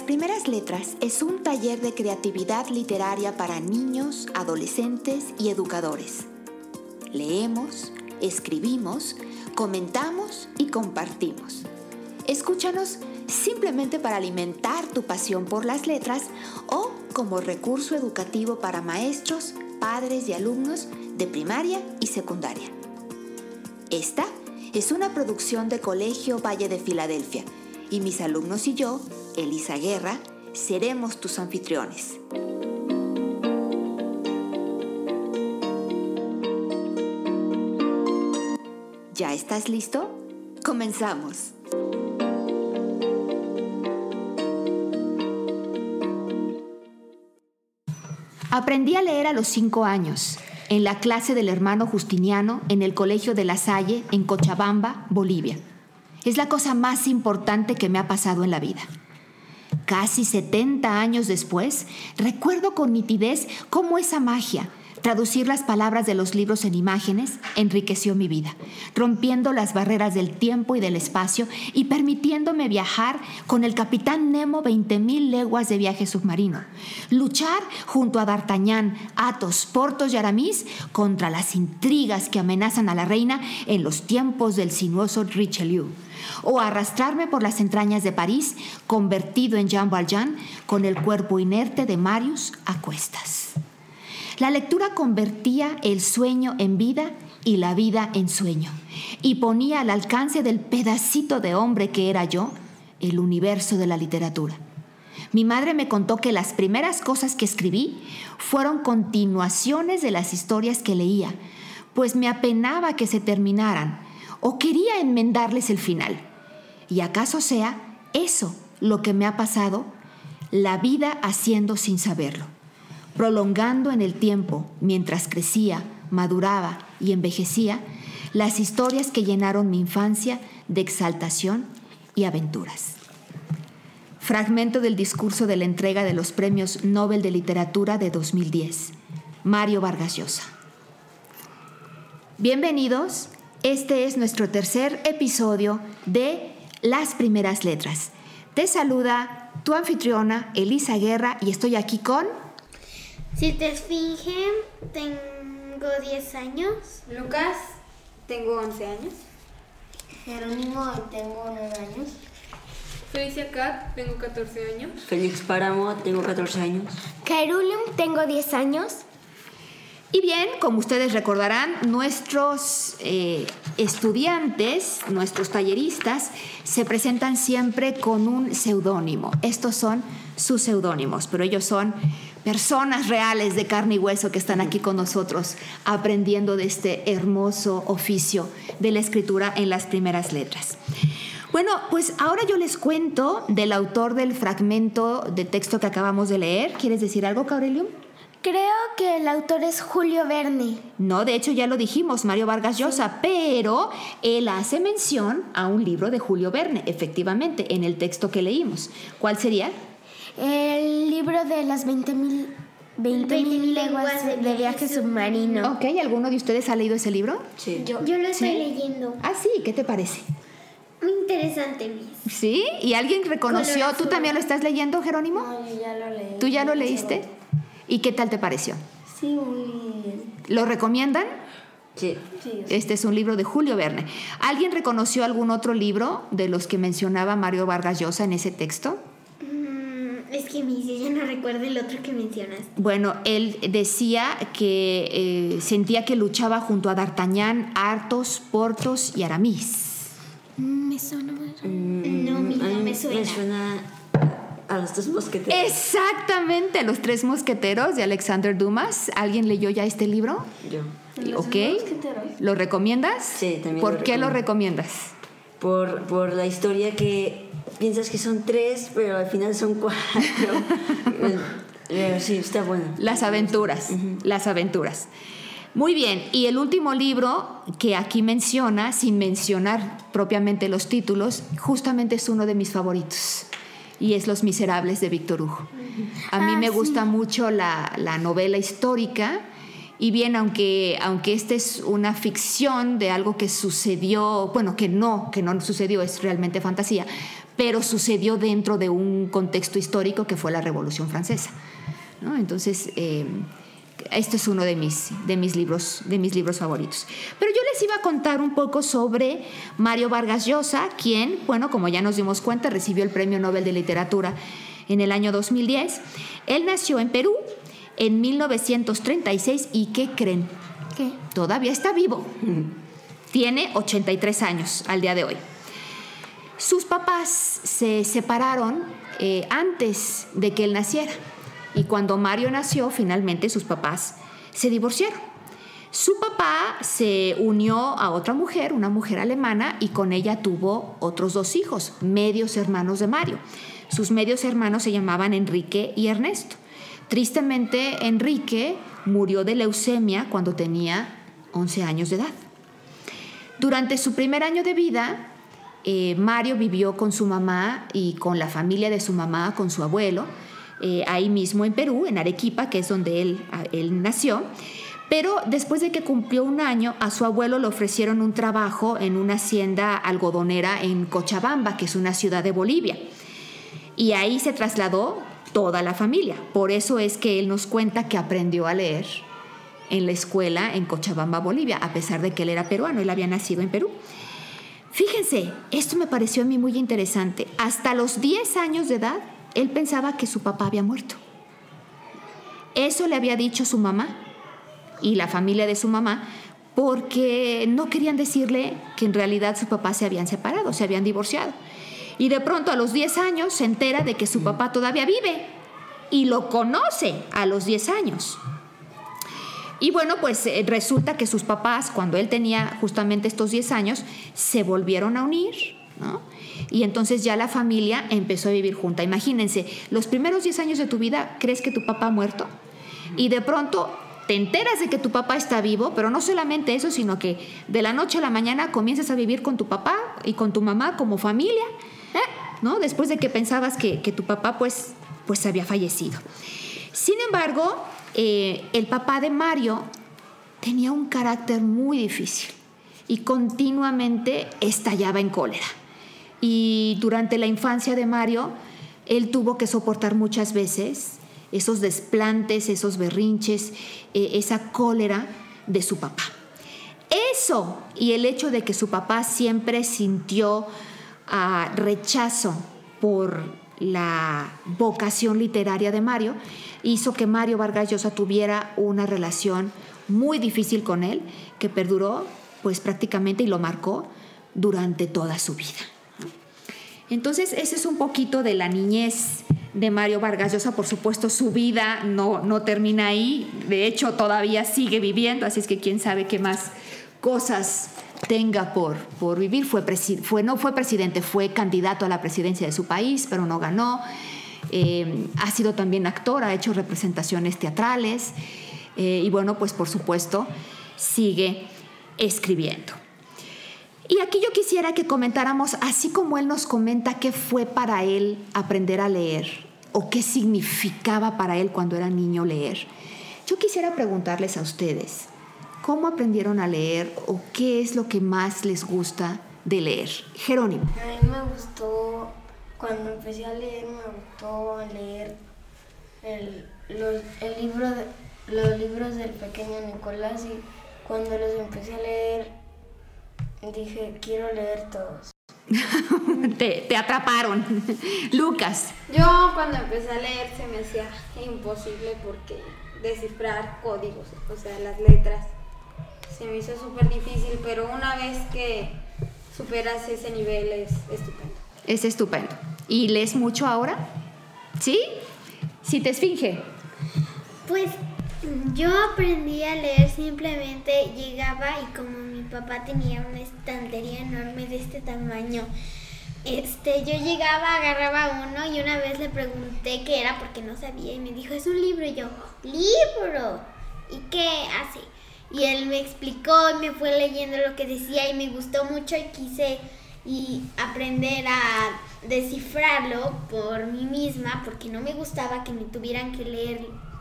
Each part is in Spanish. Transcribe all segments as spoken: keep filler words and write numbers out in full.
Las Primeras Letras es un taller de creatividad literaria para niños, adolescentes y educadores. Leemos, escribimos, comentamos y compartimos. Escúchanos simplemente para alimentar tu pasión por las letras o como recurso educativo para maestros, padres y alumnos de primaria y secundaria. Esta es una producción de Colegio Valle de Filadelfia y mis alumnos y yo, Elisa Guerra, seremos tus anfitriones. ¿Ya estás listo? ¡Comenzamos! Aprendí a leer a los cinco años, en la clase del hermano Justiniano, en el Colegio de La Salle, en Cochabamba, Bolivia. Es la cosa más importante que me ha pasado en la vida. Casi setenta años después, recuerdo con nitidez cómo esa magia, traducir las palabras de los libros en imágenes, enriqueció mi vida, rompiendo las barreras del tiempo y del espacio y permitiéndome viajar con el Capitán Nemo veinte mil leguas de viaje submarino, luchar junto a D'Artagnan, Athos, Porthos y Aramis contra las intrigas que amenazan a la reina en los tiempos del sinuoso Richelieu, o arrastrarme por las entrañas de París, convertido en Jean Valjean, con el cuerpo inerte de Marius a cuestas. La lectura convertía el sueño en vida y la vida en sueño, y ponía al alcance del pedacito de hombre que era yo el universo de la literatura. Mi madre me contó que las primeras cosas que escribí fueron continuaciones de las historias que leía, pues me apenaba que se terminaran o quería enmendarles el final. Y acaso sea eso lo que me ha pasado, la vida haciendo sin saberlo, prolongando en el tiempo, mientras crecía, maduraba y envejecía, las historias que llenaron mi infancia de exaltación y aventuras. Fragmento del discurso de la entrega de los Premios Nobel de Literatura de dos mil diez. Mario Vargas Llosa. Bienvenidos, este es nuestro tercer episodio de Las Primeras Letras. Te saluda tu anfitriona Elisa Guerra y estoy aquí con... Si te fijen, tengo diez años. Lucas, tengo once años. Jerónimo, tengo nueve años. Felicia Cat, tengo catorce años. Félix Páramo, tengo catorce años. Caerulium, tengo diez años. Y bien, como ustedes recordarán, nuestros eh, estudiantes, nuestros talleristas, se presentan siempre con un seudónimo. Estos son sus seudónimos, pero ellos son personas reales de carne y hueso que están aquí con nosotros aprendiendo de este hermoso oficio de la escritura en las primeras letras. Bueno, pues ahora yo les cuento del autor del fragmento de texto que acabamos de leer. ¿Quieres decir algo, Caurelium? Creo que el autor es Julio Verne. No, de hecho ya lo dijimos, Mario Vargas Llosa, sí. Pero él hace mención a un libro de Julio Verne, efectivamente, en el texto que leímos. ¿Cuál sería? El libro de las veinte mil leguas de, de viaje submarino. Ok, ¿alguno de ustedes ha leído ese libro? Sí. Yo, yo lo estoy ¿Sí? leyendo. Ah, sí, ¿qué te parece? Muy interesante, Miss. ¿Sí? ¿Y alguien reconoció? ¿Tú también lo estás leyendo, Jerónimo? No, yo ya lo leí. ¿Tú ya lo leíste? ¿Y qué tal te pareció? Sí, muy bien. ¿Lo recomiendan? Sí. Sí, sí. Este es un libro de Julio Verne. ¿Alguien reconoció algún otro libro de los que mencionaba Mario Vargas Llosa en ese texto? Mm, es que Miss, yo ya no recuerdo el otro que mencionaste. Bueno, él decía que eh, sentía que luchaba junto a D'Artagnan, Athos, Porthos y Aramis. Mm, me suena más. Mm, no, Miss, a no mí me suena. Me suena a los tres mosqueteros. Exactamente, Los Tres Mosqueteros de Alexander Dumas. ¿Alguien leyó ya este libro? Yo. ¿Los Ok. mosqueteros? ¿Lo recomiendas? Sí, también ¿Por lo qué lo recomiendo. recomiendas? Por, por la historia que piensas que son tres, pero al final son cuatro. Pero sí, está bueno. Las aventuras, uh-huh. las aventuras. Muy bien, y el último libro que aquí menciona, sin mencionar propiamente los títulos, justamente es uno de mis favoritos. Y es Los Miserables de Víctor Hugo. A mí ah, me sí. gusta mucho la, la novela histórica Y bien, aunque, aunque esta es una ficción de algo que sucedió, bueno, que no, que no sucedió, es realmente fantasía, pero sucedió dentro de un contexto histórico que fue la Revolución Francesa, ¿no? Entonces, eh, este es uno de mis, de, mis libros, de mis libros favoritos. Pero yo les iba a contar un poco sobre Mario Vargas Llosa, quien, bueno, como ya nos dimos cuenta, recibió el Premio Nobel de Literatura en el año dos mil diez. Él nació en Perú en mil novecientos treinta y seis y ¿qué creen? ¿Qué? Todavía está vivo. Tiene ochenta y tres años al día de hoy. Sus papás se separaron eh, antes de que él naciera. Y cuando Mario nació, finalmente sus papás se divorciaron. Su papá se unió a otra mujer, una mujer alemana, y con ella tuvo otros dos hijos, medios hermanos de Mario. Sus medios hermanos se llamaban Enrique y Ernesto. Tristemente, Enrique murió de leucemia cuando tenía once años de edad. Durante su primer año de vida, eh, Mario vivió con su mamá y con la familia de su mamá, con su abuelo, eh, ahí mismo en Perú, en Arequipa, que es donde él, él nació. Pero después de que cumplió un año, a su abuelo le ofrecieron un trabajo en una hacienda algodonera en Cochabamba, que es una ciudad de Bolivia. Y ahí se trasladó toda la familia. Por eso es que él nos cuenta que aprendió a leer en la escuela en Cochabamba, Bolivia, a pesar de que él era peruano, él había nacido en Perú. Fíjense, esto me pareció a mí muy interesante. Hasta los diez años de edad, él pensaba que su papá había muerto. Eso le había dicho su mamá y la familia de su mamá, porque no querían decirle que en realidad su papá se habían separado, se habían divorciado. Y de pronto a los diez años se entera de que su papá todavía vive y lo conoce a los diez años. Y bueno, pues eh, resulta que sus papás, cuando él tenía justamente estos diez años, se volvieron a unir, ¿no? Y entonces ya la familia empezó a vivir junta. Imagínense, los primeros diez años de tu vida crees que tu papá ha muerto y de pronto te enteras de que tu papá está vivo, pero no solamente eso, sino que de la noche a la mañana comienzas a vivir con tu papá y con tu mamá como familia, ¿no? Después de que pensabas que, que tu papá pues, pues había fallecido. Sin embargo, eh, el papá de Mario tenía un carácter muy difícil y continuamente estallaba en cólera. Y durante la infancia de Mario, él tuvo que soportar muchas veces esos desplantes, esos berrinches, eh, esa cólera de su papá. Eso y el hecho de que su papá siempre sintió uh, rechazo por la vocación literaria de Mario, hizo que Mario Vargas Llosa tuviera una relación muy difícil con él, que perduró pues prácticamente y lo marcó durante toda su vida. Entonces, ese es un poquito de la niñez de Mario Vargas Llosa. Por supuesto, su vida no, no termina ahí. De hecho, todavía sigue viviendo, así es que quién sabe qué más cosas tenga por, por vivir. Fue, presi- fue, no fue presidente, fue candidato a la presidencia de su país, pero no ganó. Eh, ha sido también actor, ha hecho representaciones teatrales. Eh, y bueno, pues por supuesto, sigue escribiendo. Y aquí yo quisiera que comentáramos, así como él nos comenta qué fue para él aprender a leer o qué significaba para él cuando era niño leer. Yo quisiera preguntarles a ustedes, ¿cómo aprendieron a leer o qué es lo que más les gusta de leer? Jerónimo. A mí me gustó, cuando empecé a leer, me gustó leer el, los, el libro de, los libros del pequeño Nicolás, y cuando los empecé a leer, dije, quiero leer todos. te, te atraparon. Lucas. Yo cuando empecé a leer se me hacía imposible porque descifrar códigos, o sea, las letras, se me hizo súper difícil, pero una vez que superas ese nivel es estupendo. Es estupendo. ¿Y lees mucho ahora? ¿Sí? ¿Sí te esfinge? Pues yo aprendí a leer, simplemente llegaba y como mi papá tenía una estantería enorme de este tamaño, este, yo llegaba, agarraba uno y una vez le pregunté qué era porque no sabía y me dijo, es un libro. Y yo, ¿libro? ¿Y qué hace? Y él me explicó y me fue leyendo lo que decía y me gustó mucho y quise y aprender a descifrarlo por mí misma porque no me gustaba que me tuvieran que leer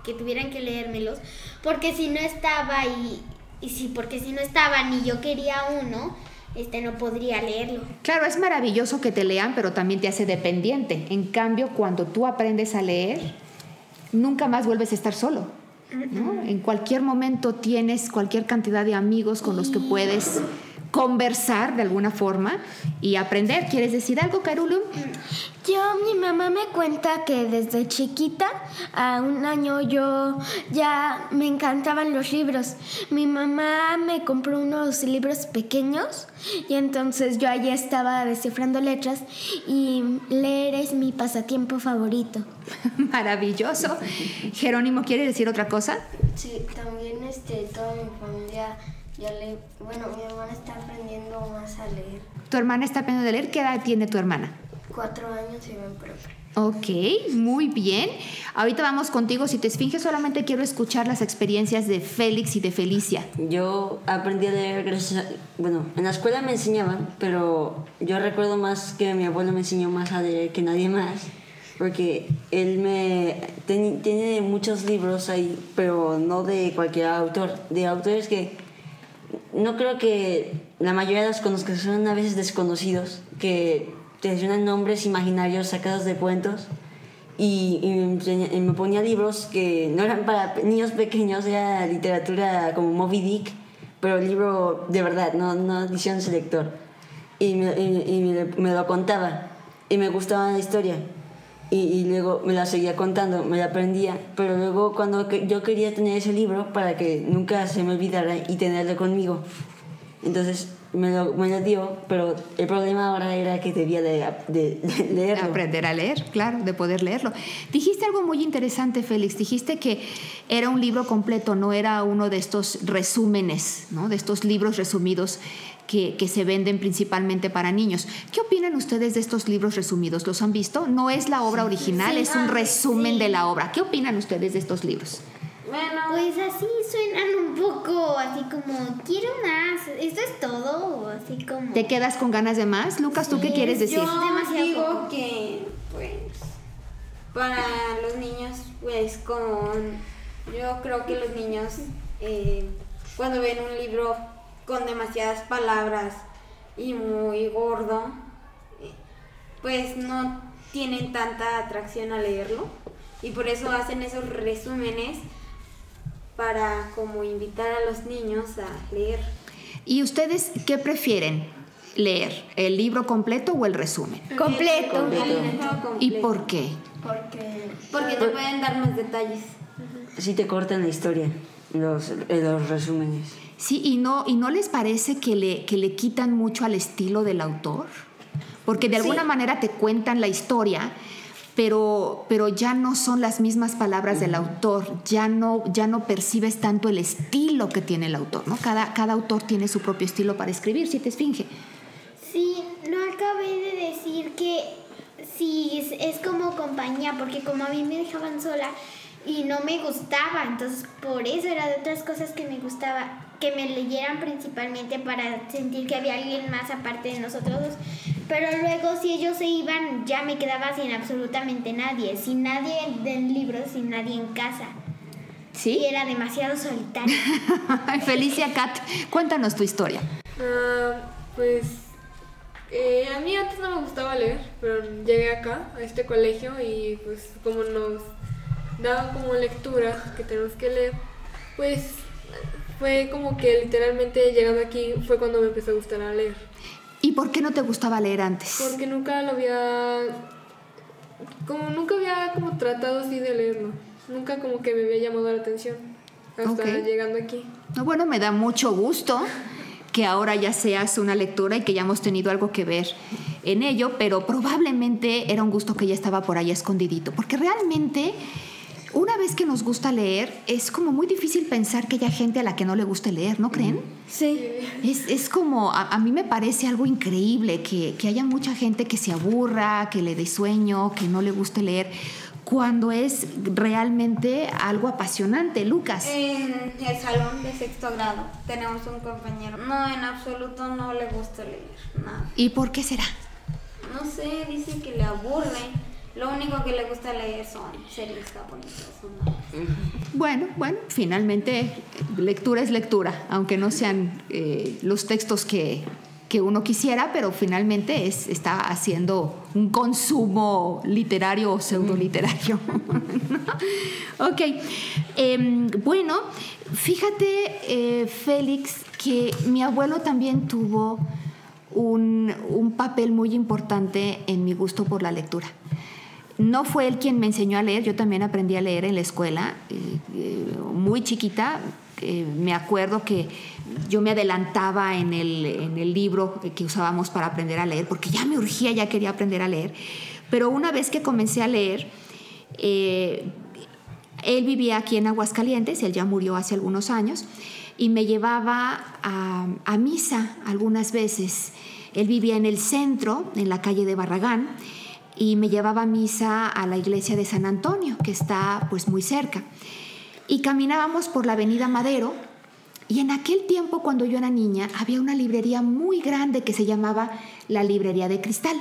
que tuvieran que leérmelos, porque si no estaba y, y sí, porque si no estaban y yo quería uno, este no podría leerlo. Claro, es maravilloso que te lean, pero también te hace dependiente. En cambio, cuando tú aprendes a leer, nunca más vuelves a estar solo, ¿no? En cualquier momento tienes cualquier cantidad de amigos con los que puedes conversar de alguna forma y aprender. ¿Quieres decir algo, Carolum? Yo, mi mamá me cuenta que desde chiquita, a un año, yo ya me encantaban los libros. Mi mamá me compró unos libros pequeños y entonces yo allí estaba descifrando letras y leer es mi pasatiempo favorito. Maravilloso. Jerónimo, ¿quiere decir otra cosa? Sí, también este, toda mi familia ya lee. Bueno, mi hermana está aprendiendo más a leer. ¿Tu hermana está aprendiendo a leer? ¿Qué edad tiene tu hermana? Cuatro años y va en prepa. Ok, muy bien. Ahorita vamos contigo. Si te esfinges, solamente quiero escuchar las experiencias de Félix y de Felicia. Yo aprendí a leer gracias a... Bueno, en la escuela me enseñaban, pero yo recuerdo más que mi abuelo me enseñó más a leer que nadie más, porque él me... Ten, tiene muchos libros ahí, pero no de cualquier autor, de autores que no creo que la mayoría los conozcas, son a veces desconocidos, que te suenan nombres imaginarios sacados de cuentos. Y, y, me enseña, y me ponía libros que no eran para niños pequeños, era literatura como Moby Dick, pero libro de verdad, no, no edición de lector. Y, me, y, y me, me lo contaba y me gustaba la historia. Y, y luego me la seguía contando, me la aprendía, pero luego cuando yo quería tener ese libro para que nunca se me olvidara y tenerlo conmigo, entonces me lo, me lo dio, pero el problema ahora era que debía de, de, de leerlo. Aprender a leer, claro, de poder leerlo. Dijiste algo muy interesante, Félix. Dijiste que era un libro completo, no era uno de estos resúmenes, ¿no? De estos libros resumidos que, que se venden principalmente para niños. ¿Qué opinan ustedes de estos libros resumidos? ¿Los han visto? No es la obra original, sí, es un resumen sí. de la obra. ¿Qué opinan ustedes de estos libros? Bueno, pues así suenan un poco así como, quiero más, ¿esto es todo? O así como... ¿Te quedas con ganas de más? Lucas, ¿tú sí, qué quieres decir? Yo digo poco. que, pues, para los niños, pues, con... Yo creo que los niños, eh, cuando ven un libro con demasiadas palabras y muy gordo, eh, pues no tienen tanta atracción a leerlo. Y por eso hacen esos resúmenes para como invitar a los niños a leer. ¿Y ustedes qué prefieren leer? ¿El libro completo o el resumen? Completo. completo. completo. ¿Y por qué? Porque, Porque te pueden dar más detalles. Sí te cortan la historia, los, los resúmenes. Sí, ¿y no, y no les parece que le, que le quitan mucho al estilo del autor? Porque de alguna sí. manera te cuentan la historia, Pero, pero ya no son las mismas palabras del autor, ya no, ya no percibes tanto el estilo que tiene el autor, ¿no? Cada, cada autor tiene su propio estilo para escribir, ¿sí te esfinge? Sí, no acabé de decir que sí, es, es como compañía, porque como a mí me dejaban sola y no me gustaba, entonces por eso era de otras cosas que me gustaba, que me leyeran principalmente para sentir que había alguien más aparte de nosotros dos. Pero luego si ellos se iban, ya me quedaba sin absolutamente nadie, sin nadie del libro, sin nadie en casa. ¿Sí? Y era demasiado solitario. Felicia, Kat, cuéntanos tu historia. Uh, pues eh, a mí antes no me gustaba leer, pero llegué acá, a este colegio, y pues como nos daban como lectura que tenemos que leer, pues fue como que literalmente llegando aquí fue cuando me empezó a gustar a leer. ¿Y por qué no te gustaba leer antes? Porque nunca lo había... Como nunca había como tratado así de leerlo. Nunca como que me había llamado la atención. Hasta okay. llegando aquí. No, bueno, me da mucho gusto que ahora ya seas una lectora y que ya hemos tenido algo que ver en ello, pero probablemente era un gusto que ya estaba por ahí escondidito. Porque realmente... Una vez que nos gusta leer, es como muy difícil pensar que haya gente a la que no le guste leer, ¿no creen? Sí. Es, es como, a, a mí me parece algo increíble que, que haya mucha gente que se aburra, que le dé sueño, que no le guste leer, cuando es realmente algo apasionante. Lucas. En el salón de sexto grado tenemos un compañero. No, en absoluto no le gusta leer, nada. ¿Y por qué será? No sé, dice que le aburre. lo único que le gusta leer son series japonesas. Son Bueno, bueno, finalmente lectura es lectura, aunque no sean eh, los textos que, que uno quisiera, pero finalmente es, está haciendo un consumo literario o pseudoliterario. ¿No? Ok, eh, bueno, fíjate, eh, Félix, que mi abuelo también tuvo un, un papel muy importante en mi gusto por la lectura. No fue él quien me enseñó a leer, yo también aprendí a leer en la escuela, eh, eh, muy chiquita. Eh, me acuerdo que yo me adelantaba en el, en el libro que usábamos para aprender a leer, porque ya me urgía, ya quería aprender a leer. Pero una vez que comencé a leer, eh, él vivía aquí en Aguascalientes, él ya murió hace algunos años, y me llevaba a, a misa algunas veces. Él vivía en el centro, en la calle de Barragán, y me llevaba a misa a la iglesia de San Antonio, que está pues muy cerca. Y caminábamos por la avenida Madero, y en aquel tiempo, cuando yo era niña, había una librería muy grande que se llamaba la Librería de Cristal.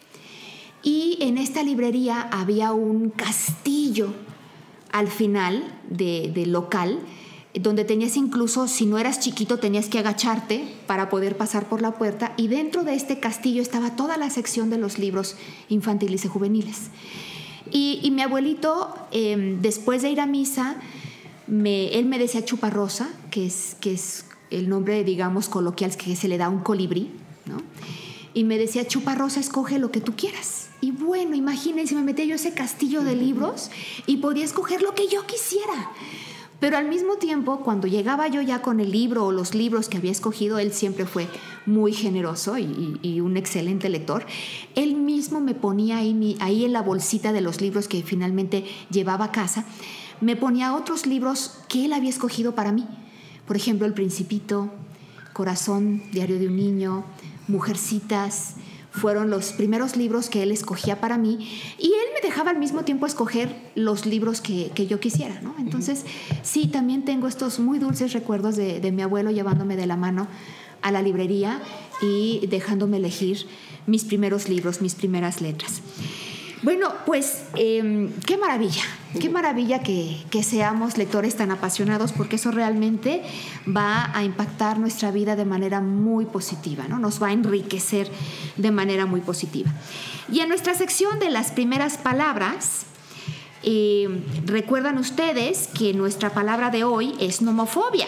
Y en esta librería había un castillo al final de, del local, donde tenías incluso, si no eras chiquito, tenías que agacharte para poder pasar por la puerta, y dentro de este castillo estaba toda la sección de los libros infantiles y juveniles. Y, y mi abuelito, eh, después de ir a misa, me, él me decía chuparrosa, que es, que es el nombre, digamos, coloquial que se le da a un colibrí, ¿no? Y me decía, chuparrosa, escoge lo que tú quieras. Y bueno, imagínense, me metía yo ese castillo de libros y podía escoger lo que yo quisiera. Pero al mismo tiempo, cuando llegaba yo ya con el libro o los libros que había escogido, él siempre fue muy generoso y, y un excelente lector. Él mismo me ponía ahí, mi, ahí en la bolsita de los libros que finalmente llevaba a casa, me ponía otros libros que él había escogido para mí. Por ejemplo, El Principito, Corazón, Diario de un Niño, Mujercitas. Fueron los primeros libros que él escogía para mí, y él me dejaba al mismo tiempo escoger los libros que, que yo quisiera, ¿no? Entonces, sí, también tengo estos muy dulces recuerdos de, de mi abuelo llevándome de la mano a la librería y dejándome elegir mis primeros libros, mis primeras letras. Bueno, pues eh, qué maravilla, qué maravilla que, que seamos lectores tan apasionados, porque eso realmente va a impactar nuestra vida de manera muy positiva, ¿no? Nos va a enriquecer de manera muy positiva. Y en nuestra sección de las primeras palabras, eh, recuerdan ustedes que nuestra palabra de hoy es nomofobia.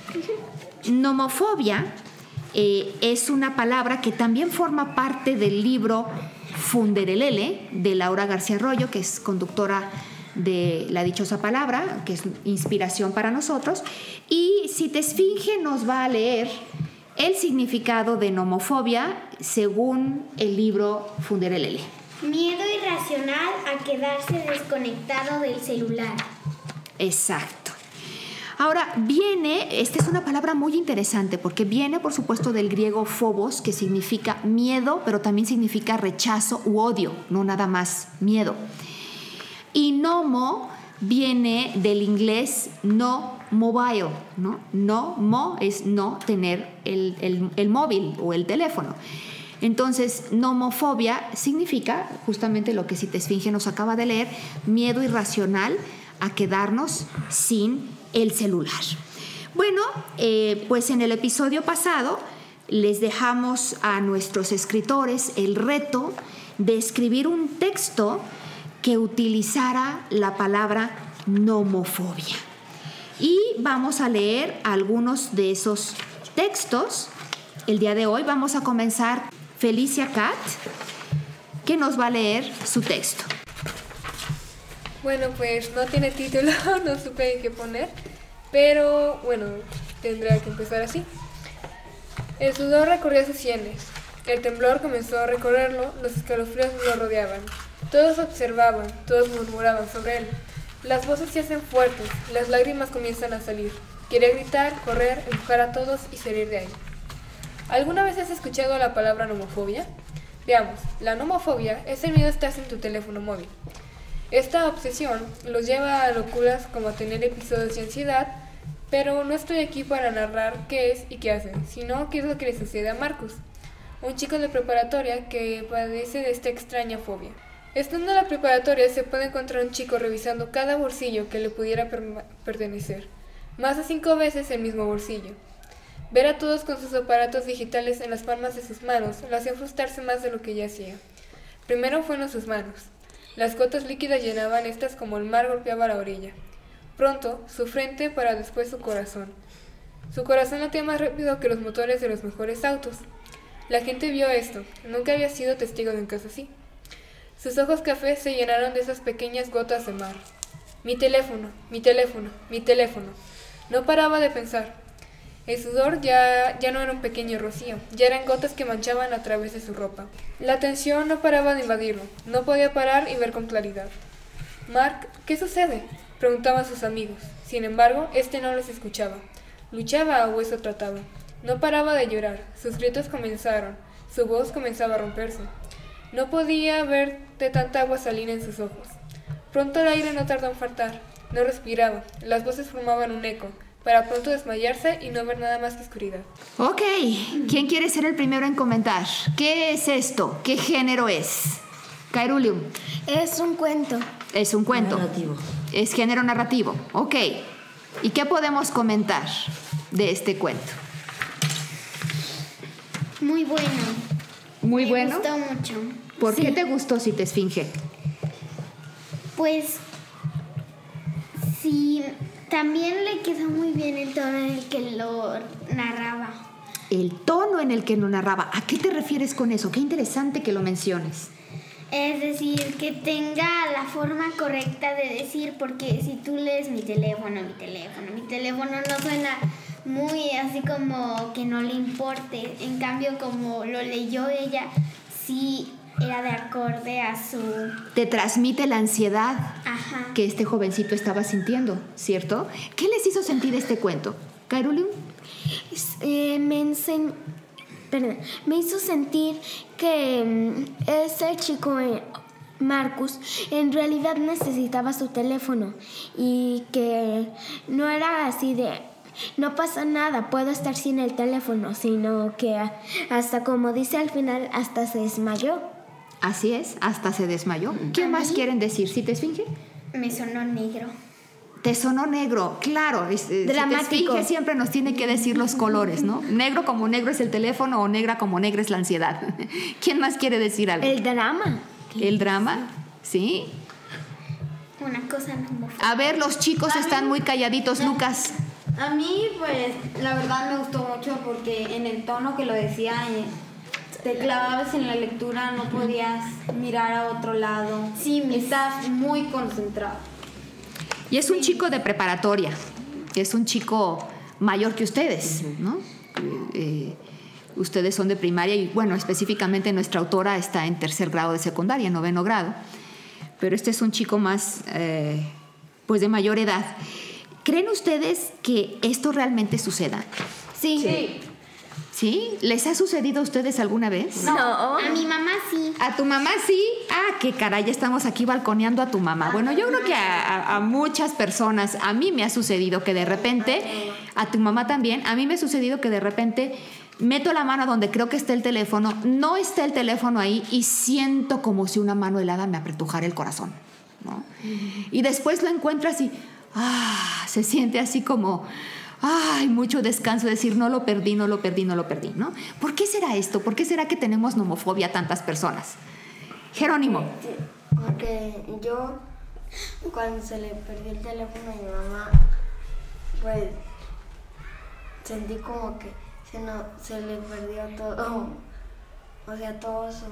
Nomofobia eh, es una palabra que también forma parte del libro Funderelele, de Laura García Arroyo, que es conductora de La Dichosa Palabra, que es inspiración para nosotros. Y Citesfinge nos va a leer el significado de nomofobia según el libro Funderelele. Miedo irracional a quedarse desconectado del celular. Exacto. Ahora, viene, esta es una palabra muy interesante porque viene, por supuesto, del griego phobos, que significa miedo, pero también significa rechazo u odio, no nada más miedo. Y nomo viene del inglés no mobile, ¿no? No mo es no tener el, el, el móvil o el teléfono. Entonces, nomofobia significa justamente lo que Citesfinge nos acaba de leer, miedo irracional a quedarnos sin el celular. Bueno, eh, pues en el episodio pasado les dejamos a nuestros escritores el reto de escribir un texto que utilizara la palabra nomofobia. Y vamos a leer algunos de esos textos. El día de hoy vamos a comenzar Felicia Cat, que nos va a leer su texto. Bueno, pues no tiene título, no supe qué poner, pero bueno, tendría que empezar así. El sudor recorría sus sienes, el temblor comenzó a recorrerlo, los escalofríos lo rodeaban. Todos observaban, todos murmuraban sobre él. Las voces se hacen fuertes, las lágrimas comienzan a salir. Quería gritar, correr, empujar a todos y salir de ahí. ¿Alguna vez has escuchado la palabra nomofobia? Veamos, la nomofobia es el miedo a estar sin tu teléfono móvil. Esta obsesión los lleva a locuras como tener episodios de ansiedad, pero no estoy aquí para narrar qué es y qué hace, sino qué es lo que le sucede a Marcus, un chico de preparatoria que padece de esta extraña fobia. Estando en la preparatoria se puede encontrar un chico revisando cada bolsillo que le pudiera per- pertenecer, más de cinco veces el mismo bolsillo. Ver a todos con sus aparatos digitales en las palmas de sus manos lo hacía frustrarse más de lo que ya hacía. Primero fueron sus manos. Las gotas líquidas llenaban estas como el mar golpeaba la orilla. Pronto, su frente para después su corazón. Su corazón latía más rápido que los motores de los mejores autos. La gente vio esto. Nunca había sido testigo de un caso así. Sus ojos cafés se llenaron de esas pequeñas gotas de mar. Mi teléfono, mi teléfono, mi teléfono. No paraba de pensar. El sudor ya, ya no era un pequeño rocío, ya eran gotas que manchaban a través de su ropa. La tensión no paraba de invadirlo. No podía parar y ver con claridad. Mark, ¿qué sucede?, preguntaban sus amigos. Sin embargo, este no los escuchaba. Luchaba a hueso trataba. No paraba de llorar. Sus gritos comenzaron. Su voz comenzaba a romperse. No podía ver de tanta agua salir en sus ojos. Pronto el aire no tardó en faltar. No respiraba. Las voces formaban un eco, para pronto desmayarse y no ver nada más que oscuridad. Ok, ¿quién quiere ser el primero en comentar? ¿Qué es esto? ¿Qué género es? Kairulium. Es un cuento. Es un cuento. Narrativo. Es género narrativo. Ok. ¿Y qué podemos comentar de este cuento? Muy bueno. Muy Me bueno. gustó mucho. ¿Por Sí. qué te gustó Si te esfinge? Pues sí, también le quedó muy bien el tono en el que lo narraba. El tono en el que lo narraba. ¿A qué te refieres con eso? Qué interesante que lo menciones. Es decir, que tenga la forma correcta de decir, porque si tú lees mi teléfono, mi teléfono, mi teléfono no suena muy así como que no le importe. En cambio, como lo leyó ella, sí era de acorde a su... Te transmite la ansiedad Ajá. que este jovencito estaba sintiendo, ¿cierto? ¿Qué les hizo sentir este cuento? Kairulium. Eh, me enseñó... Perdón, me hizo sentir que mm, ese chico, eh, Marcus, en realidad necesitaba su teléfono y que no era así de, no pasa nada, puedo estar sin el teléfono, sino que hasta, como dice al final, hasta se desmayó. Así es, hasta se desmayó. ¿Qué ¿A más mí? quieren decir? ¿Si te esfinge? Me sonó negro. Te sonó negro, claro. Es, eh, Dramático. Si te esfinge siempre nos tiene que decir los colores, ¿no? Negro como negro es el teléfono o negra como negra es la ansiedad. ¿Quién más quiere decir algo? El drama. ¿El drama? ¿Sí? Una cosa no homofóbica. A ver, los chicos están muy calladitos, Lucas. A mí, pues, la verdad me gustó mucho porque en el tono que lo decía, eh, te clavabas en la lectura, no podías mirar a otro lado. Sí, me- estás muy concentrado. Y es un chico de preparatoria. Es un chico mayor que ustedes, ¿no? Eh, ustedes son de primaria y, bueno, específicamente nuestra autora está en tercer grado de secundaria, noveno grado. Pero este es un chico más, eh, pues, de mayor edad. ¿Creen ustedes que esto realmente suceda? Sí. Sí. ¿Sí? ¿Les ha sucedido a ustedes alguna vez? No. A mi mamá sí. ¿A tu mamá sí? Ah, qué caray, ya estamos aquí balconeando a tu mamá. Bueno, yo creo que a, a- a muchas personas, a mí me ha sucedido que de repente, a tu mamá también, a mí me ha sucedido que de repente meto la mano donde creo que está el teléfono, no está el teléfono ahí y siento como si una mano helada me apretujara el corazón, ¿no? Y después lo encuentras y ah, se siente así como... Ay, mucho descanso, decir, no lo perdí, no lo perdí, no lo perdí, ¿no? ¿Por qué será esto? ¿Por qué será que tenemos nomofobia tantas personas? Jerónimo. Porque yo, cuando se le perdió el teléfono a mi mamá, pues sentí como que se, no, se le perdió todo, o sea, todo su,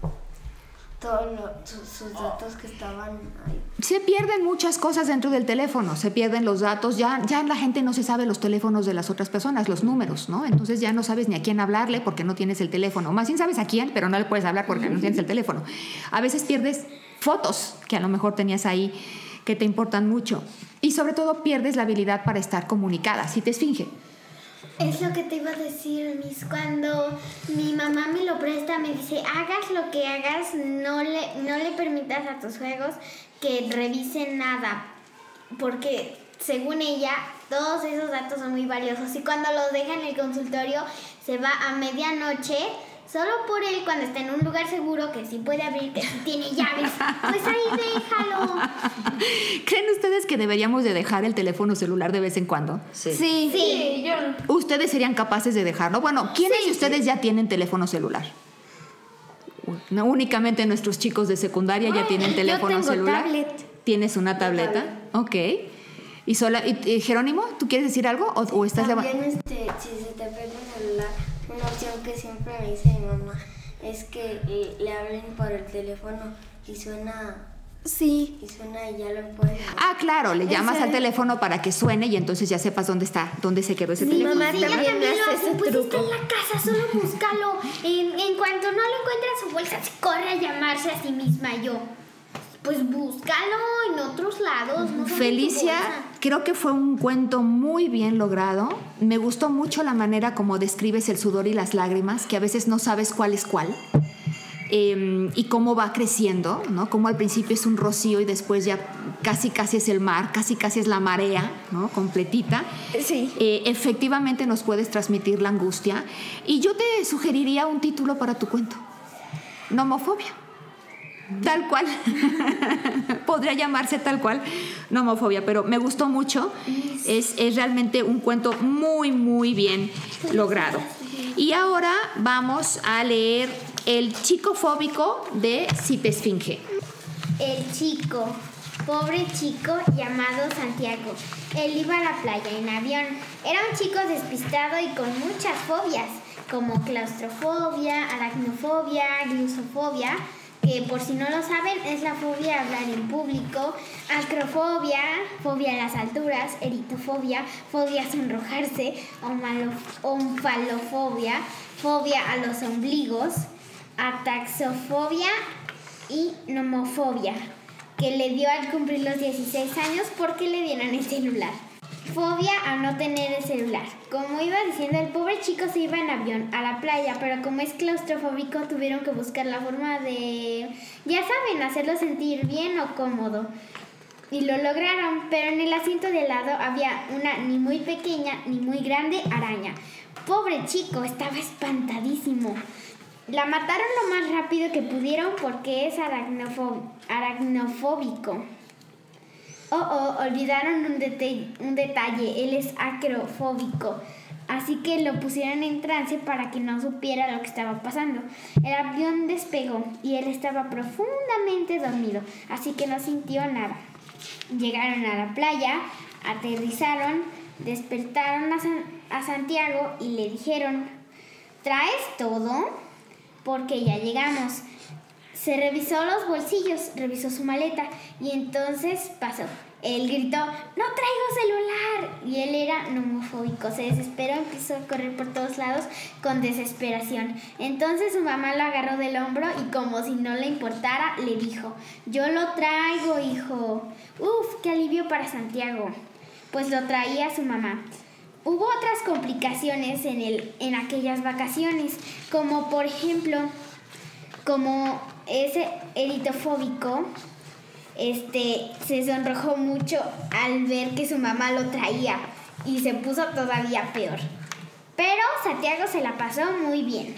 todos lo- su- sus datos que estaban ahí. Se pierden muchas cosas dentro del teléfono, se pierden los datos, ya, ya la gente no se sabe los teléfonos de las otras personas, los números, ¿no? Entonces ya no sabes ni a quién hablarle porque no tienes el teléfono. Más bien sabes a quién, pero no le puedes hablar porque no tienes el teléfono. A veces pierdes fotos que a lo mejor tenías ahí que te importan mucho. Y sobre todo pierdes la habilidad para estar comunicada. Si te esfinge. Es lo que te iba a decir, Miss. Cuando mi mamá me lo presta, me dice, hagas lo que hagas, no le, no le permitas a tus juegos que revisen nada. Porque, según ella, todos esos datos son muy valiosos. Y cuando los deja en el consultorio, se va a medianoche, Solo por él, cuando está en un lugar seguro, que sí puede abrir, que sí tiene llaves, pues ahí déjalo. ¿Creen ustedes que deberíamos de dejar el teléfono celular de vez en cuando? Sí. Sí. Sí, yo. ¿Ustedes serían capaces de dejarlo? Bueno, ¿quiénes Sí, de ustedes ya tienen teléfono celular? No, únicamente nuestros chicos de secundaria ya tienen teléfono yo tengo celular. tablet. ¿Tienes una tableta? Ok. ¿Y, sola, y, y Jerónimo, tú quieres decir algo o, o estás leva- También este, si se te pega un celular, una opción que siempre me dice mi mamá es que eh, le hablen por el teléfono y suena, Sí. y suena y ya lo puedes. Ah, claro, le llamas Ese- al teléfono para que suene y entonces ya sepas dónde está, dónde se quedó ese Mi teléfono. mamá Sí, ella también también lo hace hace, ese pues está truco. en la casa, solo búscalo. En, en cuanto no lo encuentra en su bolsa, se corre a llamarse a sí misma. Yo, pues búscalo en otros lados. No solo en tu Felicia, bolsa. creo que fue un cuento muy bien logrado. Me gustó mucho la manera como describes el sudor y las lágrimas, que a veces no sabes cuál es cuál. Eh, y cómo va creciendo, ¿no? Cómo al principio es un rocío y después ya casi casi es el mar, casi casi es la marea, ¿no? Completita. Sí. Eh, efectivamente nos puedes transmitir la angustia. Y yo te sugeriría un título para tu cuento. Nomofobia. Tal cual. Podría llamarse tal cual, nomofobia, pero me gustó mucho. Es, es realmente un cuento muy, muy bien logrado. Y ahora vamos a leer El chico fóbico de Cita Esfinge. El chico, pobre chico llamado Santiago. Él iba a la playa en avión. Era un chico despistado y con muchas fobias, como claustrofobia, aracnofobia, glusofobia, que por si no lo saben es la fobia a hablar en público, acrofobia, fobia a las alturas, eritofobia, fobia a sonrojarse, omalo- onfalofobia, fobia a los ombligos, ataxofobia y nomofobia, que le dio al cumplir los dieciséis años porque le dieron el celular. Fobia a no tener el celular. Como iba diciendo, el pobre chico se iba en avión a la playa, pero como es claustrofóbico tuvieron que buscar la forma de, ya saben, hacerlo sentir bien o cómodo. Y lo lograron, pero en el asiento de al lado había una ni muy pequeña ni muy grande araña. Pobre chico, estaba espantadísimo. La mataron lo más rápido que pudieron porque es aracnofo- aracnofóbico. Oh, oh, olvidaron un, dete- un detalle, él es acrofóbico. Así que lo pusieron en trance para que no supiera lo que estaba pasando. El avión despegó y él estaba profundamente dormido, así que no sintió nada. Llegaron a la playa, aterrizaron, despertaron a, San- a Santiago y le dijeron: ¿traes todo? Porque ya llegamos. Se revisó los bolsillos, revisó su maleta y entonces pasó. Él gritó: ¡no traigo celular! Y él era nomofóbico, se desesperó, empezó a correr por todos lados con desesperación. Entonces su mamá lo agarró del hombro y como si no le importara, le dijo: yo lo traigo, hijo. Uf, qué alivio para Santiago. Pues lo traía su mamá. Hubo otras complicaciones en, el, en aquellas vacaciones, como por ejemplo, como ese eritofóbico, este, se sonrojó mucho al ver que su mamá lo traía y se puso todavía peor. Pero Santiago se la pasó muy bien.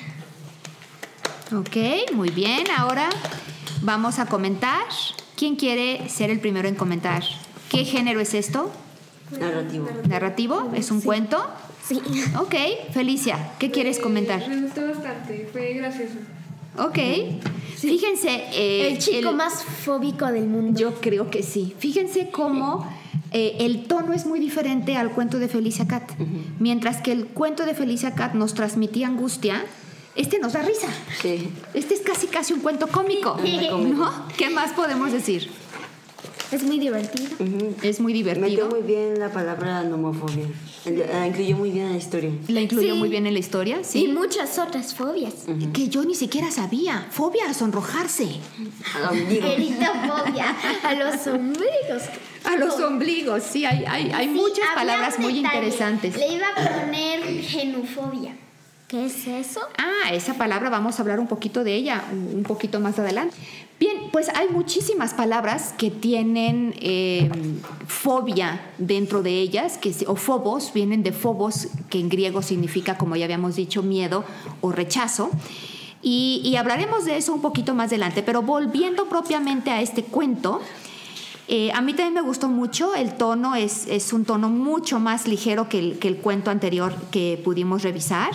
Ok, muy bien. Ahora vamos a comentar. ¿Quién quiere ser el primero en comentar? ¿Qué género es esto? Narrativo. ¿Narrativo? ¿Es un cuento? Sí. Ok, Felicia, ¿qué quieres Eh, comentar? Me gustó bastante, fue gracioso. Ok, fíjense... eh, El chico el- más fóbico del mundo. Yo creo que sí. Fíjense cómo eh, el tono es muy diferente al cuento de Felicia Cat. Mientras que el cuento de Felicia Cat nos transmitía angustia, este nos da risa. Sí. Este es casi casi un cuento cómico, Una comedia. ¿no? ¿Qué más podemos decir? Es muy divertido. Ujú. Es muy Metió divertido. muy bien la palabra nomofobia. La incluyó muy bien en la historia. La incluyó Sí. muy bien en la historia, Y ¿sí? muchas otras fobias. Que yo ni siquiera sabía. Fobia a sonrojarse. Al ombligo. Eritofobia. A los ombligos. A los ombligos, sí, hay, hay, hay Sí, muchas había palabras un muy detalle. interesantes. Le iba a poner genufobia. ¿Qué es eso? Ah, esa palabra vamos a hablar un poquito de ella, un un poquito más adelante. Bien, pues hay muchísimas palabras que tienen eh, fobia dentro de ellas, que, se- o phobos, vienen de phobos, que en griego significa, como ya habíamos dicho, miedo o rechazo. Y, y hablaremos de eso un poquito más adelante. Pero volviendo propiamente a este cuento, eh, a mí también me gustó mucho. El tono es, es un tono mucho más ligero que el, que el cuento anterior que pudimos revisar.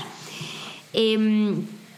Eh,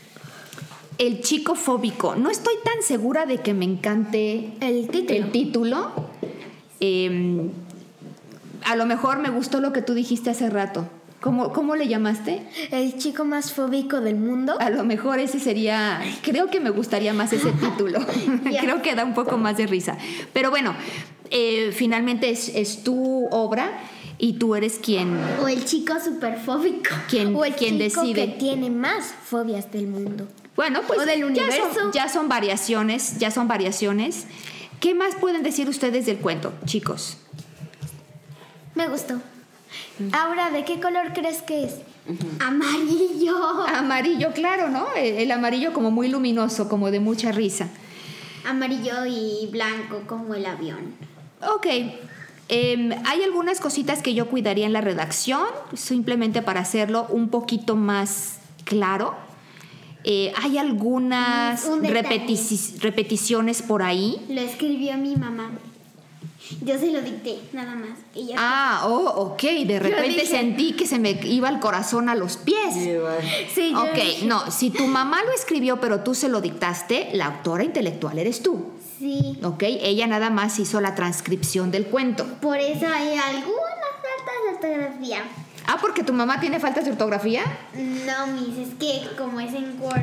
el chico fóbico. No estoy tan segura de que me encante El título. El título. Eh, a lo mejor me gustó lo que tú dijiste hace rato. ¿Cómo, ¿Cómo le llamaste? El chico más fóbico del mundo. A lo mejor ese sería... Creo que me gustaría más ese título. Creo que da un poco más de risa. Pero bueno, eh, finalmente es, es tu obra y tú eres quien... O el chico superfóbico. Quien, O el quien chico decide. que tiene más fobias del mundo. Bueno, pues O del ya universo. son, ya son variaciones, ya son variaciones. ¿Qué más pueden decir ustedes del cuento, chicos? Me gustó. Ahora, ¿de qué color crees que es? Amarillo. Amarillo, claro, ¿no? El, el amarillo como muy luminoso, como de mucha risa. Amarillo y blanco como el avión. Ok. Eh, hay algunas cositas que yo cuidaría en la redacción, simplemente para hacerlo un poquito más claro. Eh, hay algunas Un detalle. repetici- repeticiones por ahí. Lo escribió mi mamá. Yo se lo dicté, nada más. Y ya Ah, oh, ok. De repente dije- sentí que se me iba el corazón a los pies. Sí, yo- Ok, no, si tu mamá lo escribió pero tú se lo dictaste, la autora intelectual eres tú. sí. Ok, ella nada más hizo la transcripción del cuento. Por eso hay algunas faltas de ortografía. Ah, porque tu mamá tiene faltas de ortografía. No, mis, es que como es en Word,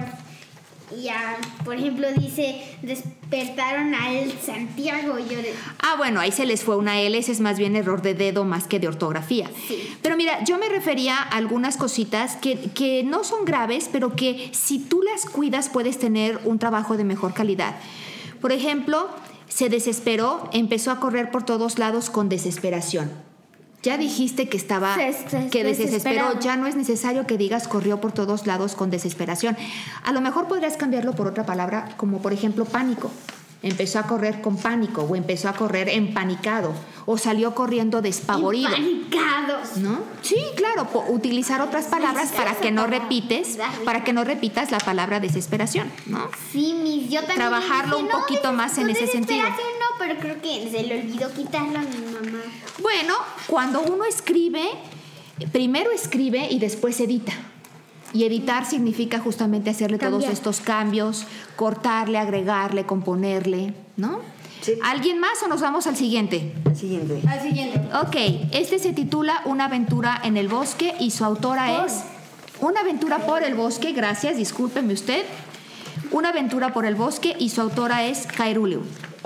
ya, por ejemplo, dice despertaron al Santiago. Y yo de, Ah, bueno, ahí se les fue una L, ese es más bien error de dedo más que de ortografía. Sí. Pero mira, yo me refería a algunas cositas que, que no son graves, pero que si tú las cuidas puedes tener un trabajo de mejor calidad. Por ejemplo, se desesperó, empezó a correr por todos lados con desesperación. Ya dijiste que estaba, Se- se- que desesperó, desesperado. ya no es necesario que digas corrió por todos lados con desesperación. A lo mejor podrías cambiarlo por otra palabra, como por ejemplo pánico. Empezó a correr con pánico, o empezó a correr empanicado, o salió corriendo despavorido. empanicados. ¿No? Sí, claro, po- utilizar otras palabras para que no repites, para que no repitas la palabra desesperación, ¿no? Sí, mis, yo también. Trabajarlo le un dije, poquito des- más en no, ese sentido. desesperación no, pero creo que se le olvidó quitarlo a mi mamá. Bueno, cuando uno escribe, primero escribe y después edita. Y editar significa justamente hacerle todos Cambiar. estos cambios, cortarle, agregarle, componerle, ¿no? Sí. ¿Alguien más o nos vamos al siguiente? El siguiente. Al siguiente. Ok, este se titula Una aventura en el bosque y su autora es Una aventura por el bosque, gracias, discúlpeme usted. Una aventura por el bosque y su autora es Kairuliu.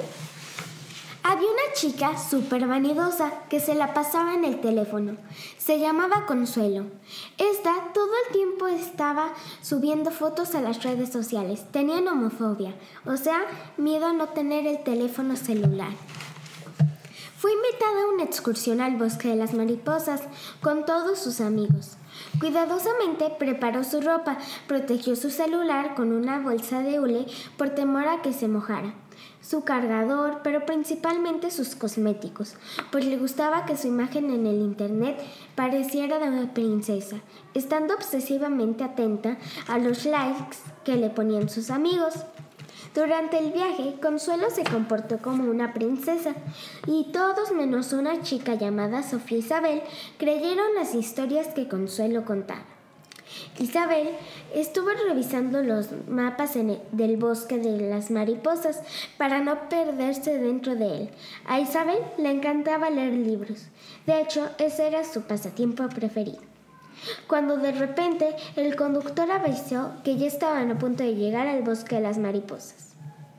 Había una chica súper vanidosa que se la pasaba en el teléfono. Se llamaba Consuelo. Esta todo el tiempo estaba subiendo fotos a las redes sociales. Tenía nomofobia, o sea, miedo a no tener el teléfono celular. Fue invitada a una excursión al bosque de las mariposas con todos sus amigos. Cuidadosamente preparó su ropa, protegió su celular con una bolsa de hule por temor a que se mojara, su cargador, pero principalmente sus cosméticos, pues le gustaba que su imagen en el internet pareciera de una princesa, estando obsesivamente atenta a los likes que le ponían sus amigos. Durante el viaje, Consuelo se comportó como una princesa y todos menos una chica llamada Sofía Isabel creyeron las historias que Consuelo contaba. Isabel estuvo revisando los mapas en el- del bosque de las mariposas para no perderse dentro de él. A Isabel le encantaba leer libros. De hecho, ese era su pasatiempo preferido. Cuando de repente el conductor avisó que ya estaban a punto de llegar al bosque de las mariposas.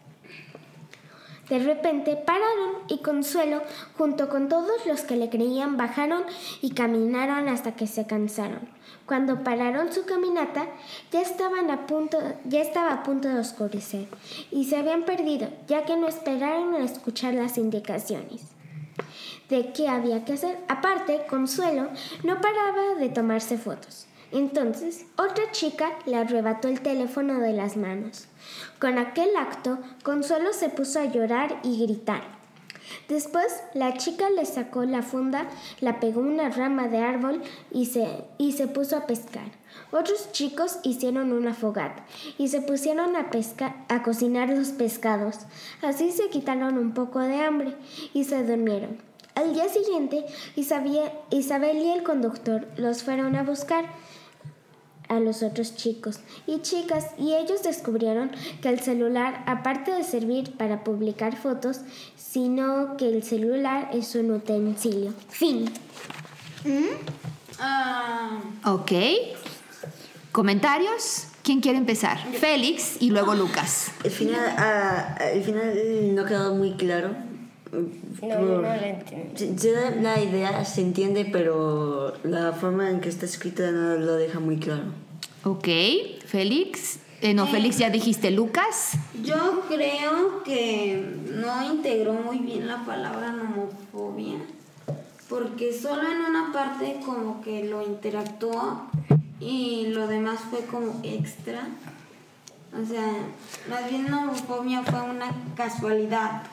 De repente pararon y Consuelo, junto con todos los que le creían, bajaron y caminaron hasta que se cansaron. Cuando pararon su caminata, ya estaban a punto, ya estaba a punto de oscurecer y se habían perdido, ya que no esperaron a escuchar las indicaciones de qué había que hacer. Aparte, Consuelo no paraba de tomarse fotos. Entonces, otra chica le arrebató el teléfono de las manos. Con aquel acto, Consuelo se puso a llorar y gritar. Después, la chica le sacó la funda, la pegó a una rama de árbol y se, y se puso a pescar. Otros chicos hicieron una fogata y se pusieron a, pesca, a cocinar los pescados. Así se quitaron un poco de hambre y se durmieron. Al día siguiente, Isabel, Isabel y el conductor los fueron a buscar a los otros chicos y chicas, y ellos descubrieron que el celular, aparte de servir para publicar fotos, sino que el celular es un utensilio. Fin. ¿Mm? Ah, Ok. ¿Comentarios? ¿Quién quiere empezar? Félix y luego Lucas. El final, ah, el final no quedó muy claro. No, no lo entendí. Se, se da la idea, se entiende, pero la forma en que está escrita no lo deja muy claro. Ok. Félix. Eh, no, Félix, ya dijiste. Lucas. yo creo que no integró muy bien la palabra nomofobia, porque solo en una parte como que lo interactuó y lo demás fue como extra. O sea, más bien nomofobia fue una casualidad.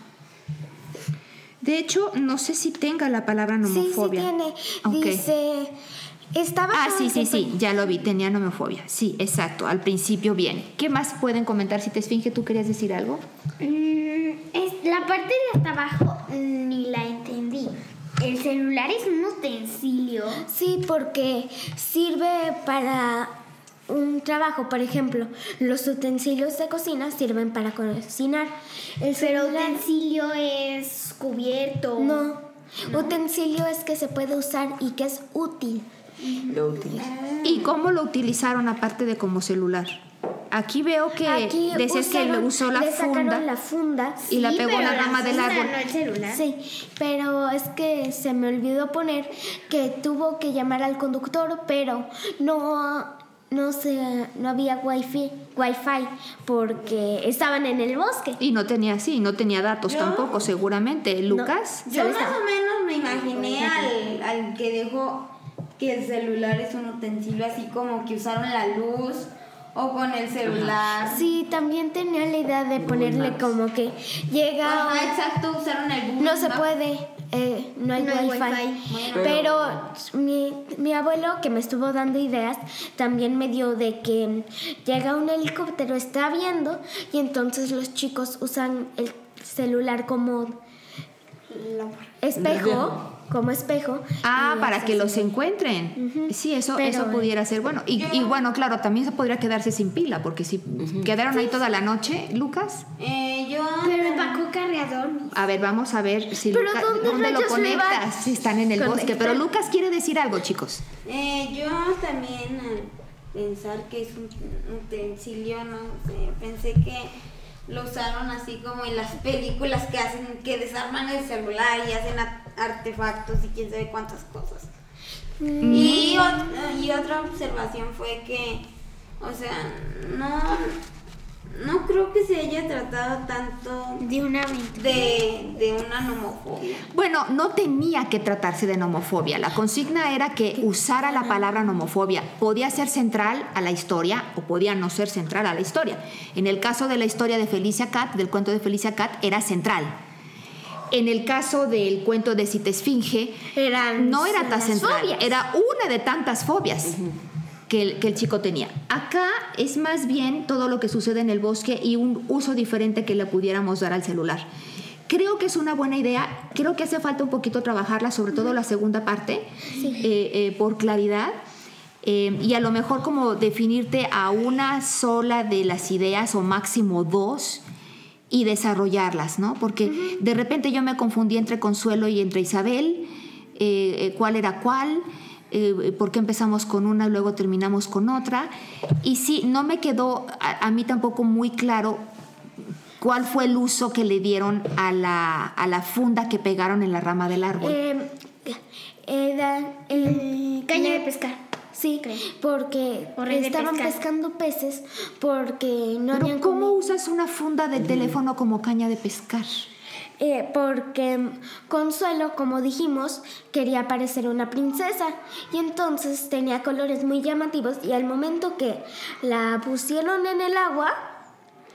De hecho, no sé si tenga la palabra nomofobia. Sí, sí tiene. Ok. Dice... Estaba Ah, todo sí, sí, el sí, tiempo- ya lo vi, tenía nomofobia. Sí, exacto, al principio bien. ¿Qué más pueden comentar? Si te Esfinge, ¿tú querías decir algo? Mm, es, la parte de hasta abajo mm, ni la entendí. El celular es un utensilio. Sí, porque sirve para un trabajo. Por ejemplo, los utensilios de cocina sirven para cocinar. El Pero celular... utensilio es cubierto. No, utensilio es que se puede usar y que es útil. Lo utiliza. ¿Y cómo lo utilizaron aparte de como celular? Aquí veo que Aquí decías que le usaron- usó la le sacaron funda la funda. y la Sí, pegó a pero la rama del funda, árbol. no el celular. Sí, pero es que se me olvidó poner que tuvo que llamar al conductor, pero no, no sé, no había wifi, wifi porque estaban en el bosque. Y no tenía, sí, no tenía datos Yo- tampoco, seguramente. Lucas. Yo más o menos me imaginé al, al que dijo que el celular es un utensilio, así como que usaron la luz o con el celular. Sí, también tenía la idea de ponerle Maps. como que llega... Ajá, exacto, usaron el Google No se Maps. puede, eh, no hay No hay wifi. wifi. Bueno. Pero mi, mi abuelo, que me estuvo dando ideas, también me dio de que llega un helicóptero, está viendo, y entonces los chicos usan el celular como espejo, como espejo. Ah, y para es que así. los encuentren. Ujú. Sí, eso, Pero, eso pudiera ser bueno. Y, y bueno, claro, también se podría quedarse sin pila, porque si quedaron ahí toda la noche, Lucas. Eh, yo Pero empacó cargador. A ver, vamos a ver si Pero Lucas, ¿dónde lo rayos le va conectas. Si están en el conectar? bosque. Pero Lucas quiere decir algo, chicos. Eh, yo también al pensar que es un utensilio, no sé, pensé que lo usaron así como en las películas que hacen, que desarman el celular y hacen a- artefactos y quién sabe cuántas cosas. Y, ot- y otra observación fue que, o sea, no, no creo que se haya tratado tanto De una aventura. de, de una nomofobia. Bueno, no tenía que tratarse de nomofobia. La consigna era que usara la palabra nomofobia. Podía ser central a la historia o podía no ser central a la historia. En el caso de la historia de Felicia Cat, del cuento de Felicia Cat, era central. En el caso del cuento de Citesfinge, Eran no era tan las central. fobias. Era una de tantas fobias que el, que el chico tenía. Acá es más bien todo lo que sucede en el bosque y un uso diferente que le pudiéramos dar al celular. Creo que es una buena idea. Creo que hace falta un poquito trabajarla, sobre todo la segunda parte, eh, eh, por claridad. Eh, y a lo mejor como definirte a una sola de las ideas o máximo dos y desarrollarlas, ¿no? Porque de repente yo me confundí entre Consuelo y entre Isabel, eh, eh, cuál era cuál, eh, por qué empezamos con una y luego terminamos con otra. Y sí, no me quedó a, a mí tampoco muy claro cuál fue el uso que le dieron a la, a la funda que pegaron en la rama del árbol. Eh, era el Caña de pescar. Sí, porque O red de estaban pescar. pescando peces porque no Pero habían ¿cómo comi- usas una funda de teléfono como caña de pescar? Eh, porque Consuelo, como dijimos, quería parecer una princesa y entonces tenía colores muy llamativos y al momento que la pusieron en el agua,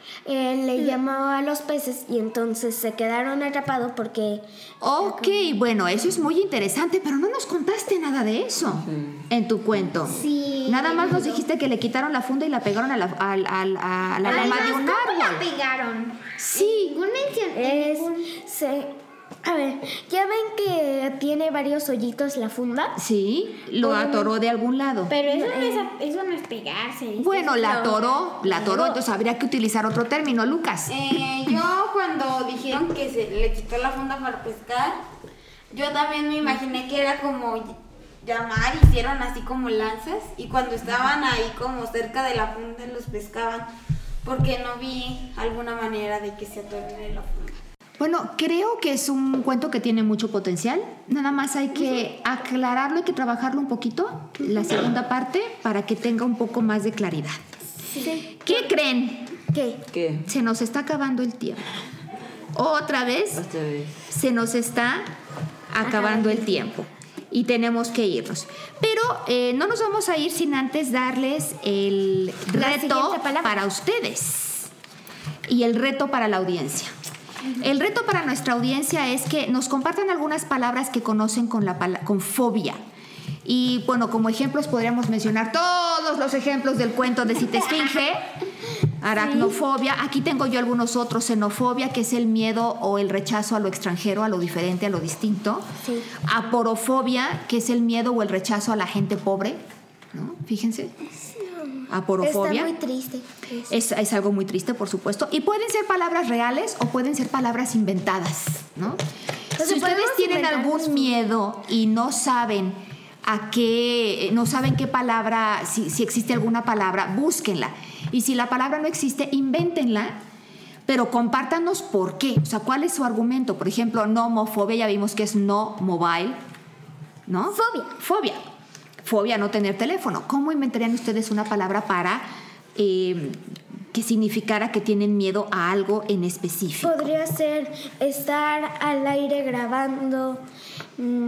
eh, le llamó a los peces y entonces se quedaron atrapados porque... Ok, bueno, eso es muy interesante, pero no nos contaste nada de eso en tu cuento. Sí. Nada más nos dijiste que le quitaron la funda y la pegaron a la, a, a- a la rama de un ¿Cómo la árbol. pegaron? Sí. Ningún mención. Es, ningún- se, a ver, ¿ya ven que tiene varios hoyitos la funda? Sí, lo atoró de algún lado. Pero eso no, es, eso no es pegarse. dice. Bueno, la atoró, la atoró, entonces habría que utilizar otro término, Lucas. Eh, yo cuando dijeron que se le quitó la funda para pescar, yo también me imaginé que era como llamar, hicieron así como lanzas y cuando estaban ahí como cerca de la funda los pescaban porque no vi alguna manera de que se atorara la funda. Bueno, creo que es un cuento que tiene mucho potencial. Nada más hay que aclararlo, hay que trabajarlo un poquito, la segunda parte, para que tenga un poco más de claridad. Sí. ¿Qué creen? ¿Qué? ¿Qué? Se nos está acabando el tiempo. Otra vez Otra vez. se nos está acabando el tiempo y tenemos que irnos. Pero eh, no nos vamos a ir sin antes darles el La reto siguiente palabra. para ustedes y el reto para la audiencia. El reto para nuestra audiencia es que nos compartan algunas palabras que conocen con, la pala- con fobia. Y bueno, como ejemplos podríamos mencionar todos los ejemplos del cuento de Cita Esfinge. Aracnofobia. Aquí tengo yo algunos otros. Xenofobia, que es el miedo o el rechazo a lo extranjero, a lo diferente, a lo distinto. Sí. Aporofobia, que es el miedo o el rechazo a la gente pobre, ¿no? Fíjense. Aporofobia. Está muy triste. Es, es algo muy triste, por supuesto. Y pueden ser palabras reales o pueden ser palabras inventadas, ¿no? Entonces, Si ustedes podemos tienen inventarnos algún miedo y no saben a qué, no saben qué palabra, si, si existe alguna palabra, búsquenla. Y si la palabra no existe, invéntenla, pero compártanos por qué. O sea, ¿cuál es su argumento? Por ejemplo, nomofobia, ya vimos que es no mobile, ¿no? Fobia. Fobia. Fobia, no tener teléfono. ¿Cómo inventarían ustedes una palabra para eh, que significara que tienen miedo a algo en específico? Podría ser estar al aire grabando. mm,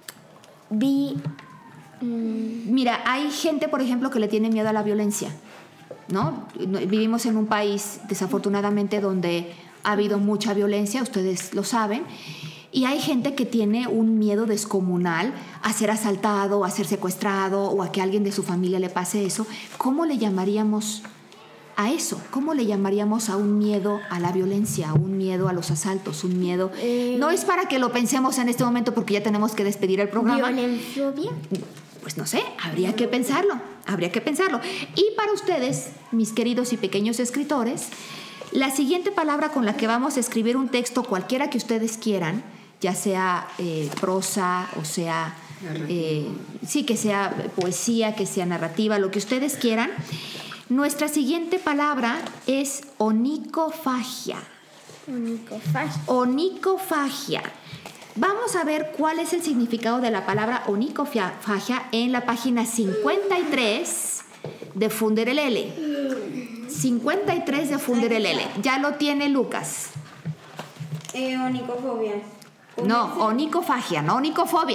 vi. mm, Mira, hay gente, por ejemplo, que le tiene miedo a la violencia, ¿no? Vivimos en un país, desafortunadamente, donde ha habido mucha violencia, ustedes lo saben, y hay gente que tiene un miedo descomunal a ser asaltado, a ser secuestrado o a que a alguien de su familia le pase eso. ¿Cómo le llamaríamos a eso? ¿Cómo le llamaríamos a un miedo a la violencia, a un miedo a los asaltos, un miedo? Eh, No es para que lo pensemos en este momento porque ya tenemos que despedir el programa. Violenfobia. Pues no sé, habría que pensarlo, habría que pensarlo. Y para ustedes, mis queridos y pequeños escritores, la siguiente palabra con la que vamos a escribir un texto, cualquiera que ustedes quieran, ya sea eh, prosa o sea, eh, sí, que sea poesía, que sea narrativa, lo que ustedes quieran, nuestra siguiente palabra es onicofagia. Onicofagia. Onicofagia. Vamos a ver cuál es el significado de la palabra onicofagia en la página cincuenta y tres de Funderelele. cincuenta y tres de Funderelele. Ya lo tiene Lucas. Eh, onicofobia. No, onicofagia, no onicofobia.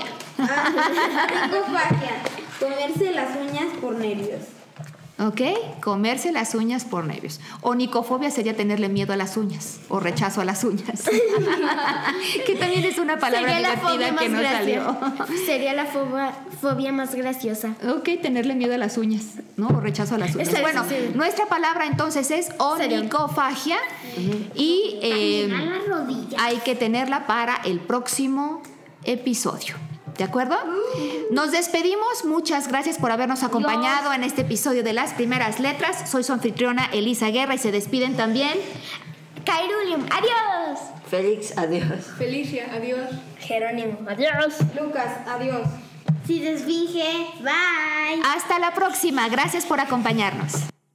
Onicofobia. Comerse las uñas por nervios. ¿Ok? Comerse las uñas por nervios. Onicofobia sería tenerle miedo a las uñas o rechazo a las uñas. Que también es una palabra Sería la fobia divertida que no más salió. graciosa. Sería la fobia, fobia más graciosa. Ok, tenerle miedo a las uñas, ¿no? O rechazo a las uñas. Esa- Bueno, sí. nuestra palabra entonces es onicofagia y eh, A la rodilla. hay que tenerla para el próximo episodio. ¿De acuerdo? Nos despedimos. Muchas gracias por habernos acompañado en este episodio de Las Primeras Letras. Soy su anfitriona Elisa Guerra y se despiden también. Kairulium, adiós. Félix, adiós. Felicia, adiós. Jerónimo, adiós. Lucas, adiós. Si te finge, bye. Hasta la próxima. Gracias por acompañarnos.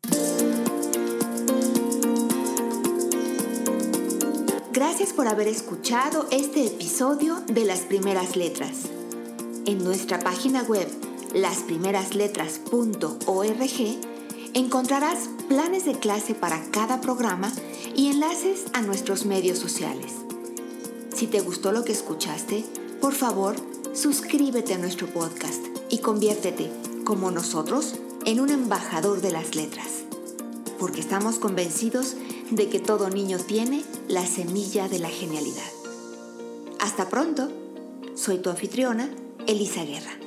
Gracias por haber escuchado este episodio de Las Primeras Letras. En nuestra página web, las primeras letras punto org, encontrarás planes de clase para cada programa y enlaces a nuestros medios sociales. Si te gustó lo que escuchaste, por favor, suscríbete a nuestro podcast y conviértete, como nosotros, en un embajador de las letras. Porque estamos convencidos de que todo niño tiene la semilla de la genialidad. Hasta pronto. Soy tu anfitriona, Elisa Guerra.